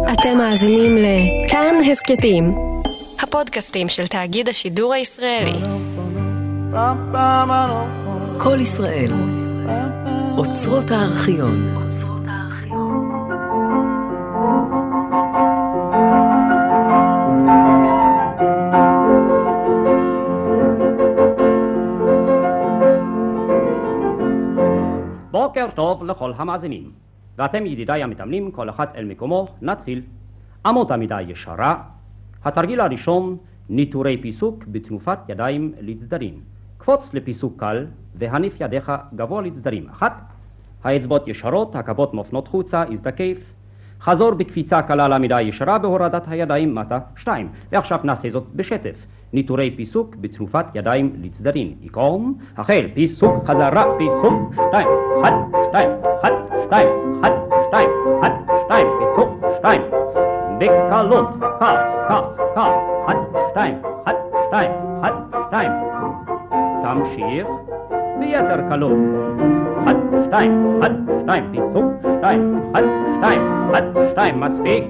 אתם מאזינים לכאן הסקטים, הפודקאסטים של תאגיד השידור הישראלי. כל ישראל, אוצרות הארכיון. בוקר טוב לכל המאזינים, ואתם ידידיי המתאמנים, כל אחד אל מקומו. נתחיל. אמות המידה ישרה. התרגיל הראשון, ניטורי פיסוק בתנופת ידיים לצדדים. קפוץ לפיסוק קל והניף ידיך גבוה לצדדים. 1. האצבעות ישרות, הכפות מופנות חוצה, הזדקף. חזור בקפיצה קלה לעמידה ישרה בהורדת הידיים מטה. 2. ועכשיו נעשה זאת בשטף. ניטורי פיסוק בתנופת ידיים לצדדים. עיקרון, החל, פיסוק, חזרה, פיסוק, 2, 1, 2, 1, 2, 1, 2, 1, 2, פיסוק, 2. בקלות, קל, קל, קל, 1, 2, 1, 2, 1, 2. תמשיך ביתר קלות. 1, 2, 1, 2, פיסוק, 2, 1, 2, 1, 2, מספיק.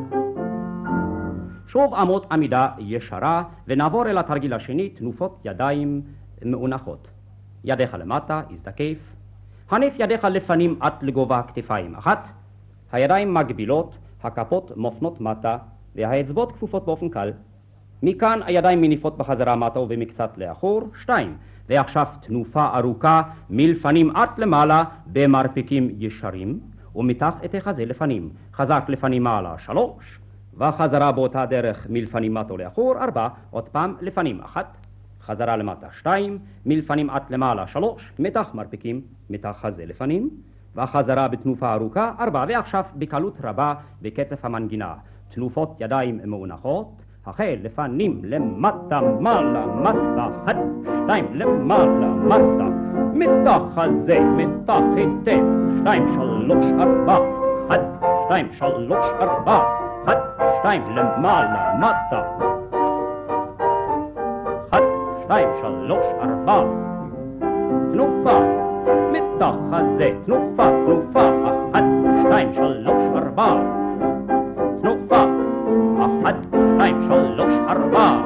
שוב אמות עמידה ישרה, ונעבור אל התרגיל השני, תנופות ידיים מאונחות. ידיך למטה, הזדקף. הניף ידיך לפנים עד לגובה הכתפיים. 1. הידיים מגבילות, הכפות מופנות מטה, והאצבעות כפופות באופן קל. מכאן הידיים מניפות בחזרה מטה ובמקצת לאחור. 2. ועכשיו תנופה ארוכה מלפנים עד למעלה במרפקים ישרים, ומתח את החזה לפנים. חזק לפנים מעלה. 3. וחזרה באותה דרך מלפנים מטה לאחור. 4. עוד פעם לפנים. 1. חזרה למטה. 2. מלפנים עד למעלה. 3. מתח מרפקים, מתח חזה לפנים, וחזרה בתנופה ארוכה. 4. ועכשיו בקלות רבה בקצב המנגינה. תנופות ידיים מאונחות. החל לפנים למטה, מעלה, מטה. 1, 2, למעלה, מטה. מתח חזה, מתח היטב. 2, 3, 4. 1, 2, 3, 4. 1, 2, למעלה, מטה. 1, 2, 3, 4. תנופה, מתח חזה, תנופה, תנופה. 1, 2, 3, 4. תנופה, 1, 2, 3, 4.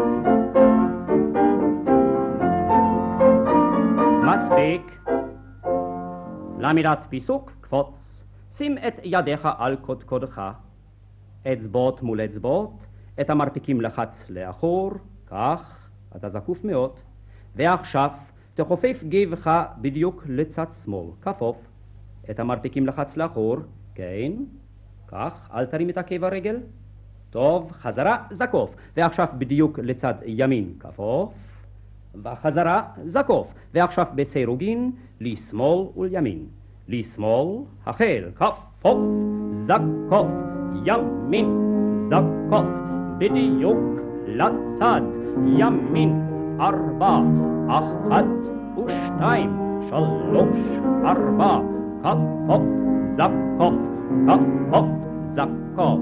מספיק. לעמידת פיסוק, קפוץ. שים את ידיך על קודקודך. אצבעות מול אצבעות, את המרפקים לחץ לאחור, כך, אתה זקוף מאוד, ועכשיו תכופף גבך בדיוק לצד שמאל, כפוף, את המרפקים לחץ לאחור, כן, כך, אל תרים את עקב הרגל, טוב, חזרה, זקוף, ועכשיו בדיוק לצד ימין, כפוף, וחזרה, זקוף, ועכשיו בסירוגין, לשמאל ולימין, לשמאל, החל, כפוף, זקוף, ימין, זקוף, בדיוק לצד ימין. 4, 1 ו2, 3, 4, כפוף, זקוף, כפוף, זקוף.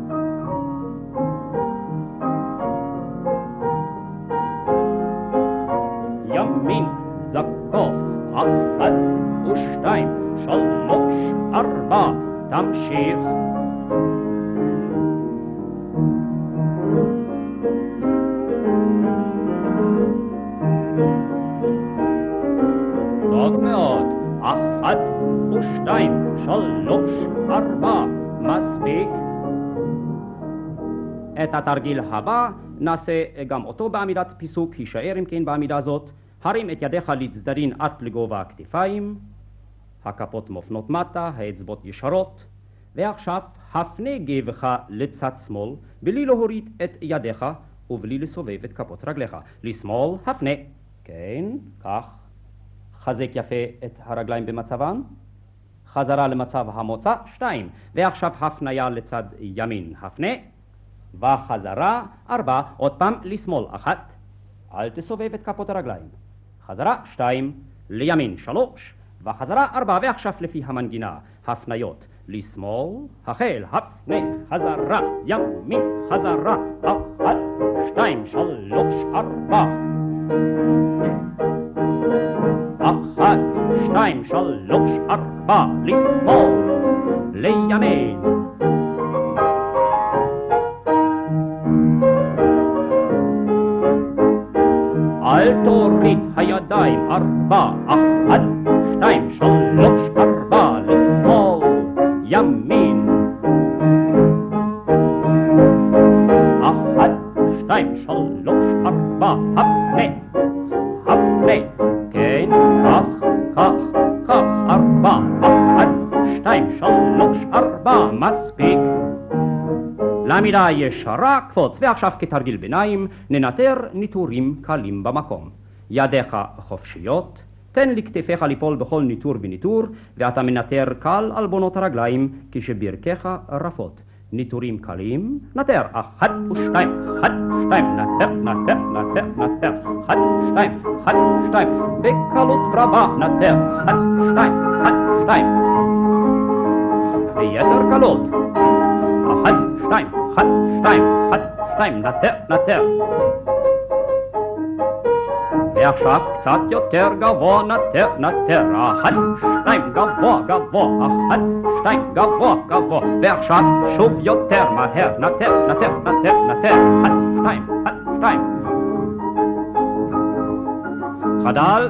ימין, זקוף, 1 ו2, 3, 4, תמשיך. טוב מאוד. 1 ו2, 3, 4. מספיק. את התרגיל הבא נעשה גם אותו בעמידת פיסוק. הישאר אם כן בעמידה זאת. הרים את ידיך לצדדים עד לגובה הכתפיים. הכפות מופנות מטה, האצבעות ישרות. ועכשיו הפנה גבך לצד שמאל בלי להוריד את ידיך ובלי לסובב את כפות רגליך. לשמאל, הפנה. כן, כך. חזק יפה את הרגליים במצבן. חזרה למצב המוצא. 2. ועכשיו הפניה לצד ימין. הפנה. וחזרה. 4. עוד פעם לשמאל. 1. אל תסובב את כפות הרגליים. חזרה. 2. לימין. 3. וחזרה. 4. ועכשיו לפי המנגינה. הפניות. לשמאל. החל. הפנה. חזרה. ימין. חזרה. 1, 2, 3, 4. 1, 2, 3, 4. לשמאל. לימין. תמיד הידיים 4, 1, 2, 3, 4, לשמאל, ימין. 1, 2, 3, 4, הפנה, הפנה, כן, כך, 4, 1, 2, 3, 4, מספיק. לעמידה ישרה, קפוץ, ועכשיו כתרגיל ביניים, ננטר ניטורים קלים במקום. ידיך חופשיות, תן לכתפיך ליפול בכל ניטור וניטור, ואתה מנטר קל על בונות הרגליים, כשברכיך רפות. ניטורים קלים, נטר, 1 ו2, 1, 2, נטר, 1, 2, בקלות רבה, נטר, 1, 2, ויתר קלות, 1, 2, נטר. ועכשיו קצת יותר גבוה, נטר, 1, 2, גבוה, 1, 2, גבוה, ועכשיו שוב יותר מהר, נטר, 1, 2. חדל,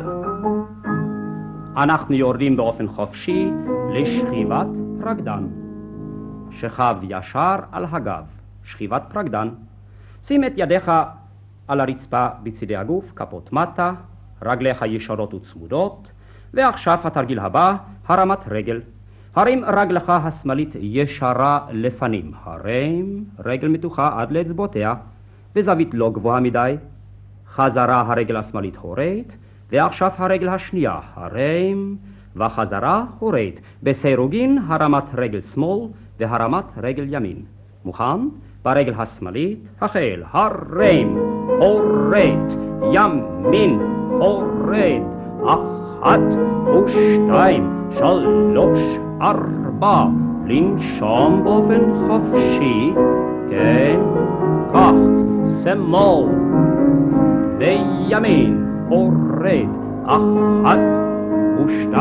אנחנו יורדים באופן חופשי לשכיבת פרקדן. שכב ישר על הגב, שכיבת פרקדן. שים את ידיך על הרצפה בצדי הגוף, כפות מטה, רגליך ישרות וצמודות, ועכשיו התרגיל הבא, הרמת רגל. הרים רגלך השמאלית ישרה לפנים, הרים רגל מתוחה עד לאצבעותיה, וזווית לא גבוהה מדי. חזרה הרגל השמאלית הורית, ועכשיו הרגל השנייה, הרים וחזרה הורית. בסירוגין הרמת רגל שמאל והרמת רגל ימין. מוכן? ברגל השמאלית, החל, הרים, הורית, ימין, הורית, 1 ו2, 3, 4, לנשום באופן חופשי, כן, כך, שמאל, וימין, הורית, 1 ו2.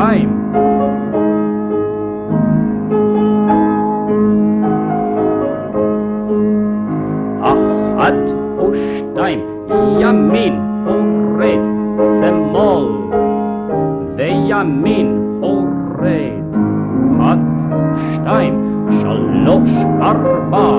1 ו2, ימין, הורד, שמאל, וימין, הורד, 1, 2, 3, 4.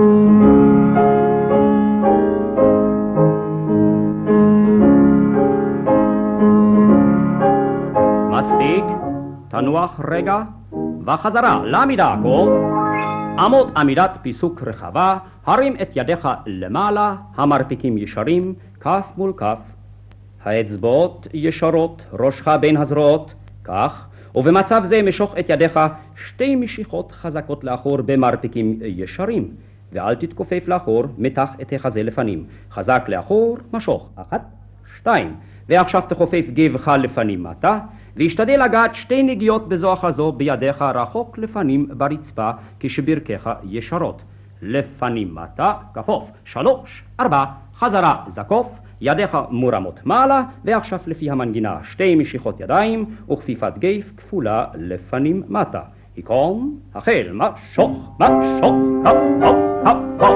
מספיק, תנוח רגע, וחזרה לעמידה הכל. עמוד עמידת פיסוק רחבה, הרים את ידיך למעלה, המרפקים ישרים, כף מול כף. האצבעות ישרות, ראשך בין הזרועות, כך, ובמצב זה משוך את ידיך 2 משיכות חזקות לאחור במרפקים ישרים, ואל תתכופף לאחור, מתח את החזה לפנים. חזק לאחור, משוך, 1, 2, ועכשיו תכופף גבך לפנים מטה, והשתדל לגעת 2 נגיעות בזו אחר זו בידיך רחוק לפנים ברצפה כשברכיך ישרות. לפנים מטה, כפוף, 3, 4, חזרה זקוף, ידיך מורמות מעלה, ועכשיו לפי המנגינה 2 משיכות ידיים וכפיפת גף כפולה לפנים מטה. היכון, החל, משוך, כף, כף,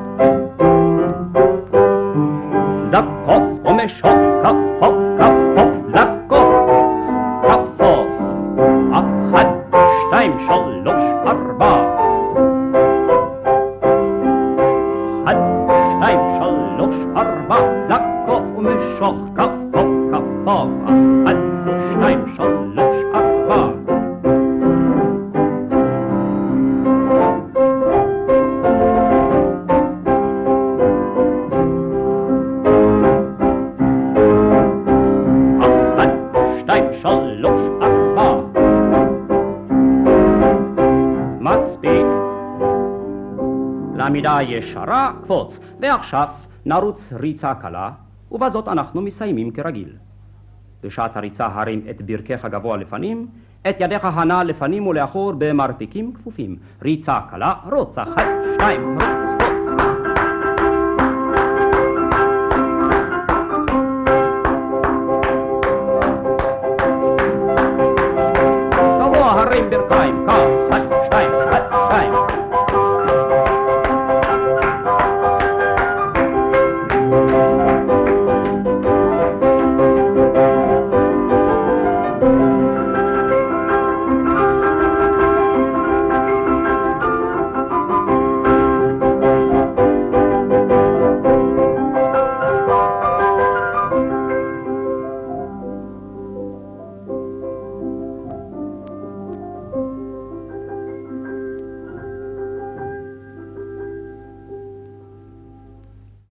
זקוף ומשוך, כפוף, זקוף, כפוף, 1, 2, 3, 4. 1, 2, 3, 4, זקוף ומשוך, כפוף, 1, 2, 3, 4. מספיק. לעמידה ישרה, קפוץ, ועכשיו נרוץ ריצה קלה, ובזאת אנחנו מסיימים כרגיל. בשעת הריצה הרים את ברכיך גבוה לפנים, את ידיך הנע לפנים ולאחור במרפקים כפופים. ריצה קלה, רוץ, 1, 2, רוץ. גבוה הרים ברכיים, כך.